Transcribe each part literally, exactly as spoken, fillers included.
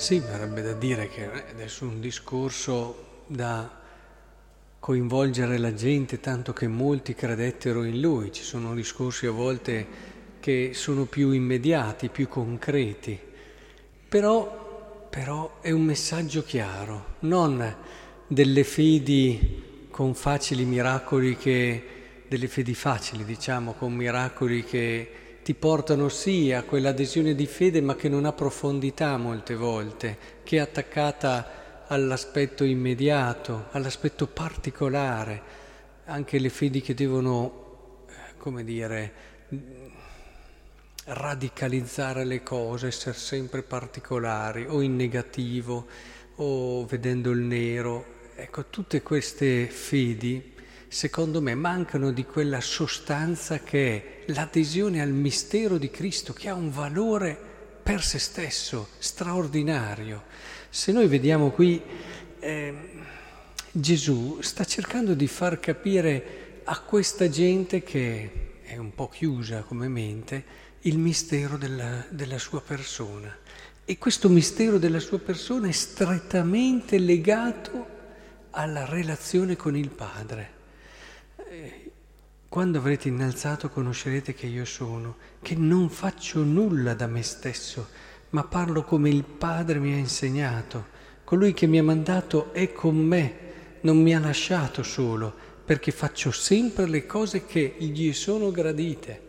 Sì, verrebbe da dire che non è adesso un discorso da coinvolgere la gente, tanto che molti credettero in lui. Ci sono discorsi a volte che sono più immediati, più concreti, però, però è un messaggio chiaro, non delle fedi con facili miracoli che, delle fedi facili, diciamo, con miracoli che ti portano sì a quell'adesione di fede, ma che non ha profondità molte volte, che è attaccata all'aspetto immediato, all'aspetto particolare, anche le fedi che devono, eh, come dire, radicalizzare le cose, essere sempre particolari, o in negativo, o vedendo il nero. Ecco, tutte queste fedi, secondo me, mancano di quella sostanza che è l'adesione al mistero di Cristo, che ha un valore per se stesso, straordinario. Se noi vediamo qui, eh, Gesù sta cercando di far capire a questa gente che è un po' chiusa come mente il mistero della, della sua persona. E questo mistero della sua persona è strettamente legato alla relazione con il Padre. Quando avrete innalzato conoscerete che io sono, che non faccio nulla da me stesso, ma parlo come il Padre mi ha insegnato. Colui che mi ha mandato è con me, non mi ha lasciato solo, perché faccio sempre le cose che gli sono gradite.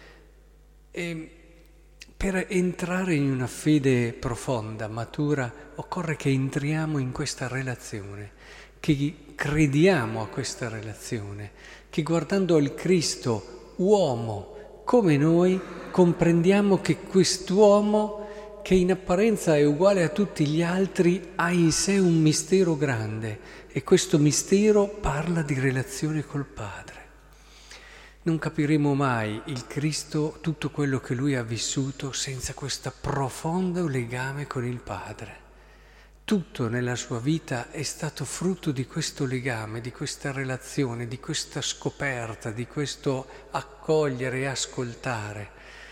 E per entrare in una fede profonda, matura, occorre che entriamo in questa relazione, che crediamo a questa relazione, che guardando al Cristo uomo come noi, comprendiamo che quest'uomo, che in apparenza è uguale a tutti gli altri, ha in sé un mistero grande, e questo mistero parla di relazione col Padre. Non capiremo mai il Cristo, tutto quello che Lui ha vissuto, senza questo profondo legame con il Padre. Tutto nella sua vita è stato frutto di questo legame, di questa relazione, di questa scoperta, di questo accogliere e ascoltare.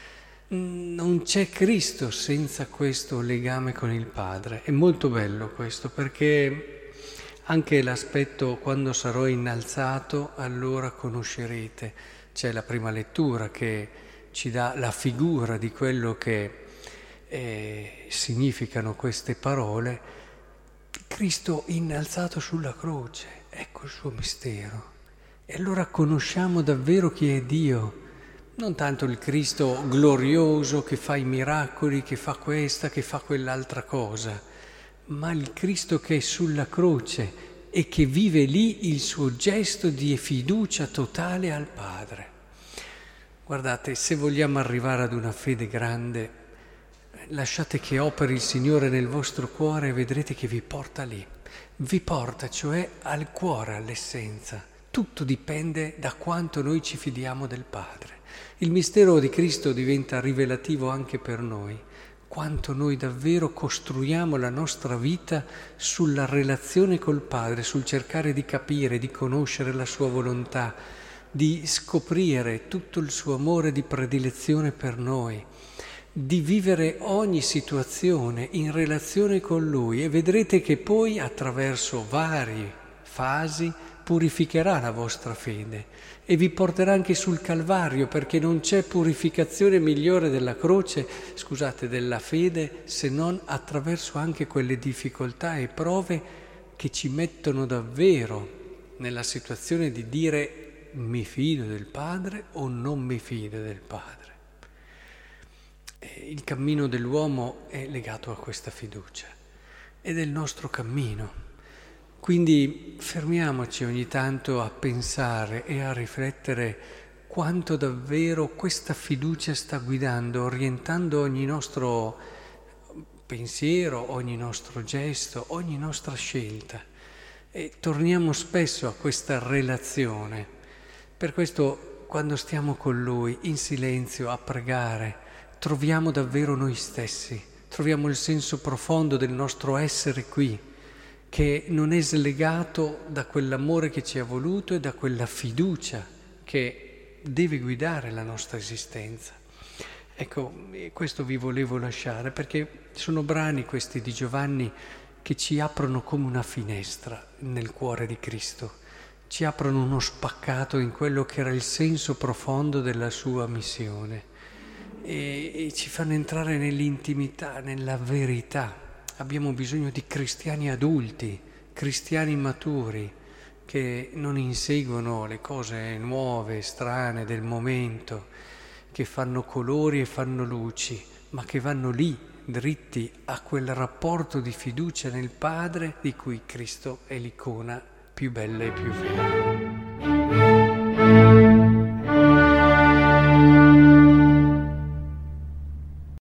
Non c'è Cristo senza questo legame con il Padre. È molto bello questo, perché anche l'aspetto quando sarò innalzato, allora conoscerete. C'è la prima lettura che ci dà la figura di quello che eh, significano queste parole. Cristo innalzato sulla croce, ecco il suo mistero. E allora conosciamo davvero chi è Dio, non tanto il Cristo glorioso che fa i miracoli, che fa questa, che fa quell'altra cosa, ma il Cristo che è sulla croce e che vive lì il suo gesto di fiducia totale al Padre. Guardate, se vogliamo arrivare ad una fede grande, lasciate che operi il Signore nel vostro cuore e vedrete che vi porta lì. Vi porta, cioè, al cuore, all'essenza. Tutto dipende da quanto noi ci fidiamo del Padre. Il mistero di Cristo diventa rivelativo anche per noi. Quanto noi davvero costruiamo la nostra vita sulla relazione col Padre, sul cercare di capire, di conoscere la sua volontà, di scoprire tutto il suo amore di predilezione per noi, di vivere ogni situazione in relazione con Lui, e vedrete che poi attraverso varie fasi purificherà la vostra fede e vi porterà anche sul Calvario, perché non c'è purificazione migliore della croce, scusate, della fede, se non attraverso anche quelle difficoltà e prove che ci mettono davvero nella situazione di dire mi fido del Padre o non mi fido del Padre. E il cammino dell'uomo è legato a questa fiducia ed è il nostro cammino. Quindi fermiamoci ogni tanto a pensare e a riflettere quanto davvero questa fiducia sta guidando, orientando ogni nostro pensiero, ogni nostro gesto, ogni nostra scelta. E torniamo spesso a questa relazione. Per questo, quando stiamo con Lui, in silenzio, a pregare, troviamo davvero noi stessi, troviamo il senso profondo del nostro essere qui, che non è slegato da quell'amore che ci ha voluto e da quella fiducia che deve guidare la nostra esistenza. Ecco, questo vi volevo lasciare perché sono brani questi di Giovanni che ci aprono come una finestra nel cuore di Cristo, ci aprono uno spaccato in quello che era il senso profondo della sua missione e, e ci fanno entrare nell'intimità, nella verità. Abbiamo bisogno di cristiani adulti, cristiani maturi, che non inseguono le cose nuove, strane del momento, che fanno colori e fanno luci, ma che vanno lì, dritti a quel rapporto di fiducia nel Padre di cui Cristo è l'icona più bella e più vera.